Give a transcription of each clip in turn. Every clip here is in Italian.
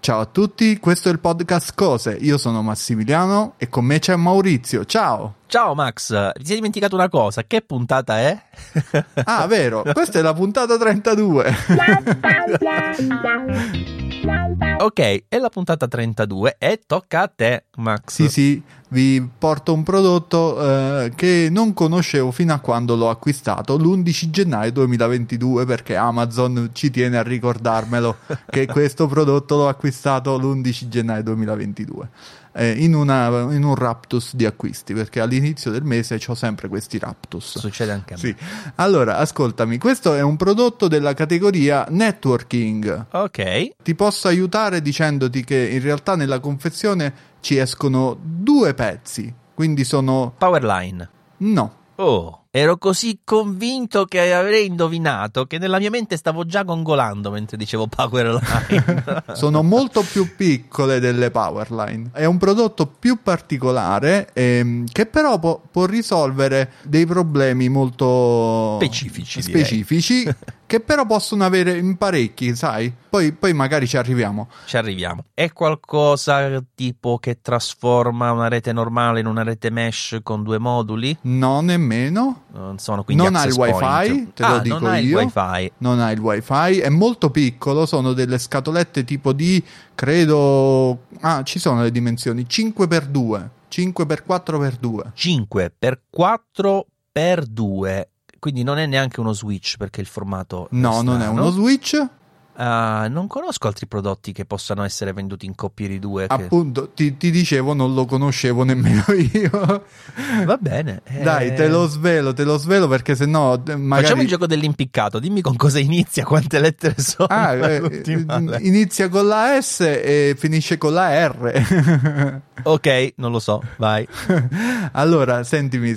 Ciao a tutti, questo è il podcast Cose. Io sono Massimiliano e con me c'è Maurizio. Ciao! Ciao Max, ti sei dimenticato una cosa, che puntata è? Ah, vero, questa è la puntata 32. Ok, è la puntata 32 e tocca a te, Max. Sì, vi porto un prodotto che non conoscevo fino a quando l'ho acquistato l'11 gennaio 2022, perché Amazon ci tiene a ricordarmelo che questo prodotto l'ho acquistato l'11 gennaio 2022. In un raptus di acquisti, perché all'inizio del mese c'ho sempre questi raptus. Succede anche a me. Sì. Allora, ascoltami, questo è un prodotto della categoria networking. Ok. Ti posso aiutare dicendoti che in realtà nella confezione ci escono 2 pezzi, quindi sono... Powerline. No. Oh, ero così convinto che avrei indovinato che nella mia mente stavo già gongolando mentre dicevo Powerline. Sono molto più piccole delle Powerline. È un prodotto più particolare che però può risolvere dei problemi molto specifici che però possono avere in parecchi, sai? Poi magari ci arriviamo. Ci arriviamo. È qualcosa tipo che trasforma una rete normale in una rete mesh con 2 moduli? No, nemmeno. Non sono quindi non ha il access wifi, point. te lo dico non ha io. Il wifi. Non ha il wifi, è molto piccolo, sono delle scatolette tipo di, credo, ci sono le dimensioni, 5x2, 5x4x2. 5x4x2, quindi non è neanche uno Switch, perché il formato No, non è uno Switch. Non conosco altri prodotti che possano essere venduti in coppie di 2. Appunto, ti dicevo, non lo conoscevo nemmeno io. Va bene. Dai, te lo svelo perché sennò magari... Facciamo il gioco dell'impiccato, dimmi con cosa inizia, quante lettere sono. Inizia con la S e finisce con la R. Ok, non lo so, vai. Allora, sentimi,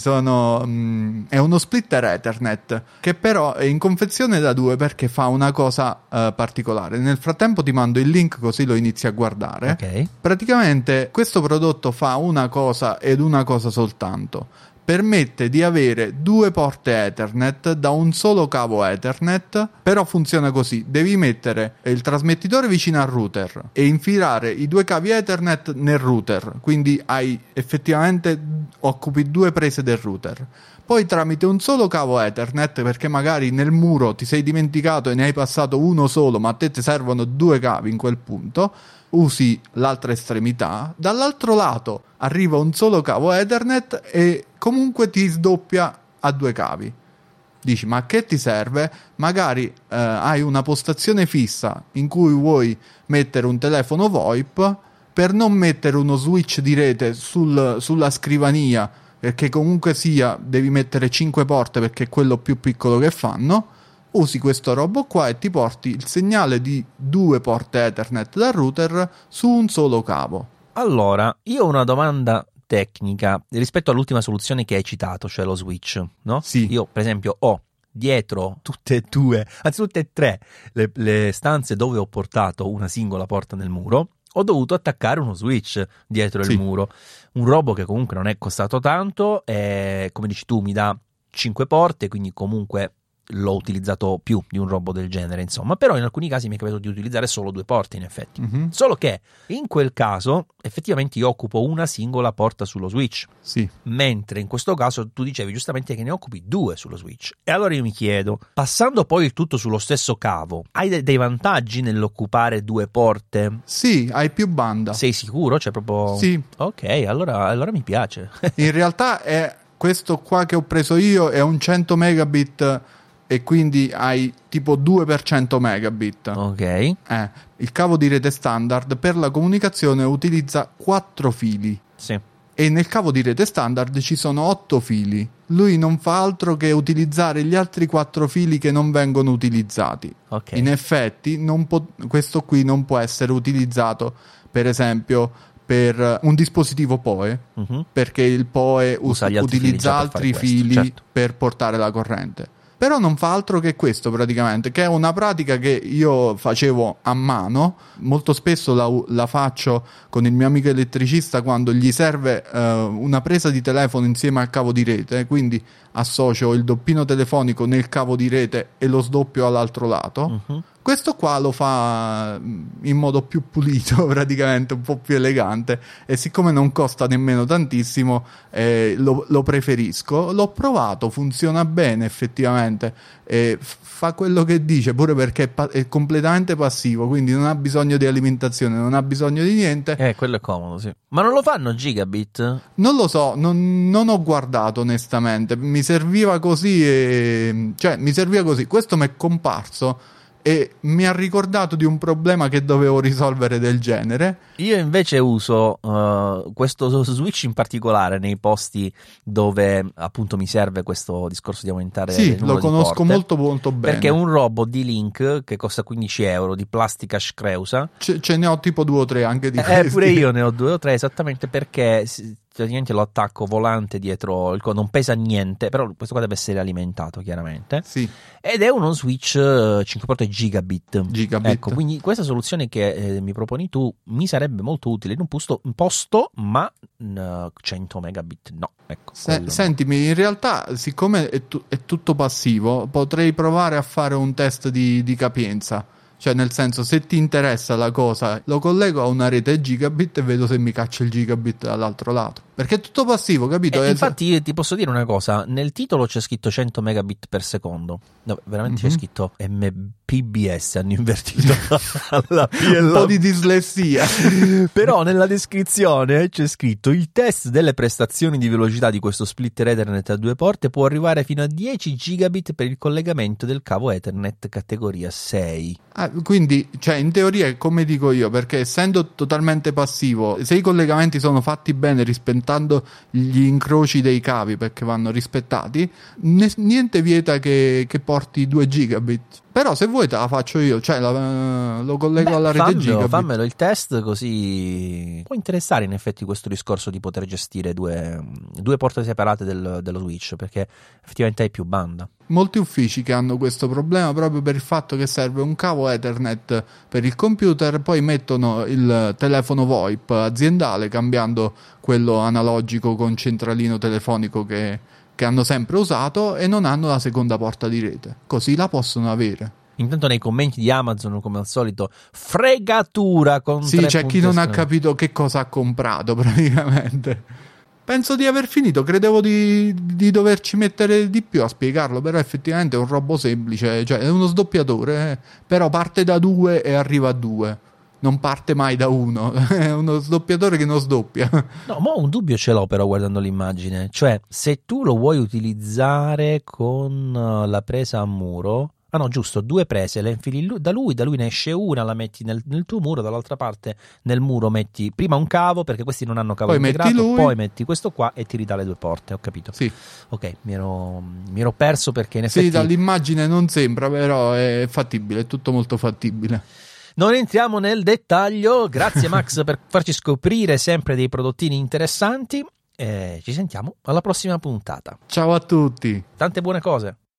è uno splitter Ethernet che però è in confezione da 2 perché fa una cosa particolare. Nel frattempo ti mando il link così lo inizi a guardare. Ok. Praticamente questo prodotto fa una cosa ed una cosa soltanto. Permette di avere 2 porte Ethernet da un solo cavo Ethernet, però funziona così: devi mettere il trasmettitore vicino al router e infilare i 2 cavi Ethernet nel router, quindi effettivamente occupi 2 prese del router. Poi tramite un solo cavo Ethernet, perché magari nel muro ti sei dimenticato e ne hai passato uno solo, ma a te ti servono 2 cavi in quel punto, usi l'altra estremità, dall'altro lato arriva un solo cavo Ethernet e comunque ti sdoppia a 2 cavi. Dici, ma a che ti serve? Magari hai una postazione fissa in cui vuoi mettere un telefono VoIP, per non mettere uno switch di rete sulla scrivania, perché comunque sia devi mettere 5 porte perché è quello più piccolo che fanno. Usi questo robot qua e ti porti il segnale di 2 porte Ethernet dal router su un solo cavo. Allora, io ho una domanda tecnica rispetto all'ultima soluzione che hai citato, cioè lo switch, no? Sì. Io, per esempio, ho dietro tutte e 2, anzi tutte e 3 le stanze dove ho portato una singola porta nel muro. Ho dovuto attaccare uno switch dietro il muro. Un robot che comunque non è costato tanto, come dici tu, mi dà 5 porte, quindi comunque l'ho utilizzato più di un robot del genere, insomma, però in alcuni casi mi è capitato di utilizzare solo 2 porte, in effetti. Solo che in quel caso effettivamente io occupo una singola porta sullo switch, mentre in questo caso tu dicevi giustamente che ne occupi 2 sullo switch. E allora io mi chiedo, passando poi il tutto sullo stesso cavo, hai dei vantaggi nell'occupare 2 porte? Sì, hai più banda. Sei sicuro? Cioè proprio... Sì. Ok, allora mi piace. In realtà questo qua che ho preso io è un 100 megabit e quindi hai tipo 2 per 100 megabit. Ok. Il cavo di rete standard per la comunicazione utilizza 4 fili. Sì. E nel cavo di rete standard ci sono 8 fili. Lui non fa altro che utilizzare gli altri 4 fili che non vengono utilizzati. Okay. In effetti questo qui non può essere utilizzato, per esempio, per un dispositivo PoE, perché il PoE utilizza altri fili per portare la corrente. Però non fa altro che questo praticamente, che è una pratica che io facevo a mano. Molto spesso la faccio con il mio amico elettricista quando gli serve una presa di telefono insieme al cavo di rete, quindi associo il doppino telefonico nel cavo di rete e lo sdoppio all'altro lato. Questo qua lo fa in modo più pulito, praticamente un po' più elegante, e siccome non costa nemmeno tantissimo, lo preferisco. L'ho provato, funziona bene effettivamente, fa quello che dice, pure perché è completamente passivo, quindi non ha bisogno di alimentazione, non ha bisogno di niente. Quello è comodo, sì. Ma non lo fanno gigabit? Non lo so, non ho guardato onestamente, mi serviva così, questo mi è comparso e mi ha ricordato di un problema che dovevo risolvere del genere. Io invece uso questo switch in particolare nei posti dove appunto mi serve questo discorso di aumentare il numero lo conosco di porte, molto bene. perché è un robot di Link che costa 15 euro di plastica screusa. Ce ne ho tipo 2 o 3 anche di questi. Pure io ne ho 2 o 3 esattamente perché praticamente lo attacco volante dietro, non pesa niente, però questo qua deve essere alimentato chiaramente. Sì. Ed è uno switch 5 porte gigabit. Ecco, quindi questa soluzione che mi proponi tu mi sarebbe molto utile in un posto, ma 100 megabit no. Ecco, sentimi, in realtà siccome è tutto passivo, potrei provare a fare un test di capienza. Cioè, nel senso, se ti interessa la cosa, lo collego a una rete gigabit e vedo se mi caccia il gigabit dall'altro lato. Perché è tutto passivo, capito? Infatti ti posso dire una cosa, nel titolo c'è scritto 100 megabit per secondo. No, veramente c'è scritto Mbps, hanno invertito alla un po' di dislessia. Però nella descrizione c'è scritto: il test delle prestazioni di velocità di questo splitter Ethernet a 2 porte può arrivare fino a 10 gigabit per il collegamento del cavo Ethernet categoria 6. Quindi, cioè, in teoria è come dico io, perché essendo totalmente passivo, se i collegamenti sono fatti bene rispettando gli incroci dei cavi, perché vanno rispettati, niente vieta che porti 2 gigabit. Però se vuoi te la faccio io, cioè lo collego alla rete gigabit. Fammelo il test, così può interessare in effetti questo discorso di poter gestire due porte separate dello switch, perché effettivamente hai più banda. Molti uffici che hanno questo problema proprio per il fatto che serve un cavo Ethernet per il computer, poi mettono il telefono VoIP aziendale cambiando quello analogico con centralino telefonico che hanno sempre usato e non hanno la seconda porta di rete, così la possono avere. Intanto nei commenti di Amazon, come al solito, fregatura con sì, c'è chi non ha capito che cosa ha comprato praticamente. Penso di aver finito, credevo di doverci mettere di più a spiegarlo, però effettivamente è un robot semplice, cioè è uno sdoppiatore, però parte da 2 e arriva a 2. Non parte mai da 1, è uno sdoppiatore che non sdoppia. No, ma un dubbio ce l'ho però guardando l'immagine, cioè se tu lo vuoi utilizzare con la presa a muro, no giusto, 2 prese, le infili da lui ne esce una, la metti nel tuo muro, dall'altra parte nel muro metti prima un cavo, perché questi non hanno cavo poi integrato, poi metti questo qua e tiri dalle 2 porte, ho capito. Sì. Ok, mi ero perso perché in effetti... Sì, dall'immagine non sembra, però è fattibile, è tutto molto fattibile. Non entriamo nel dettaglio, grazie Max per farci scoprire sempre dei prodottini interessanti e ci sentiamo alla prossima puntata. Ciao a tutti. Tante buone cose.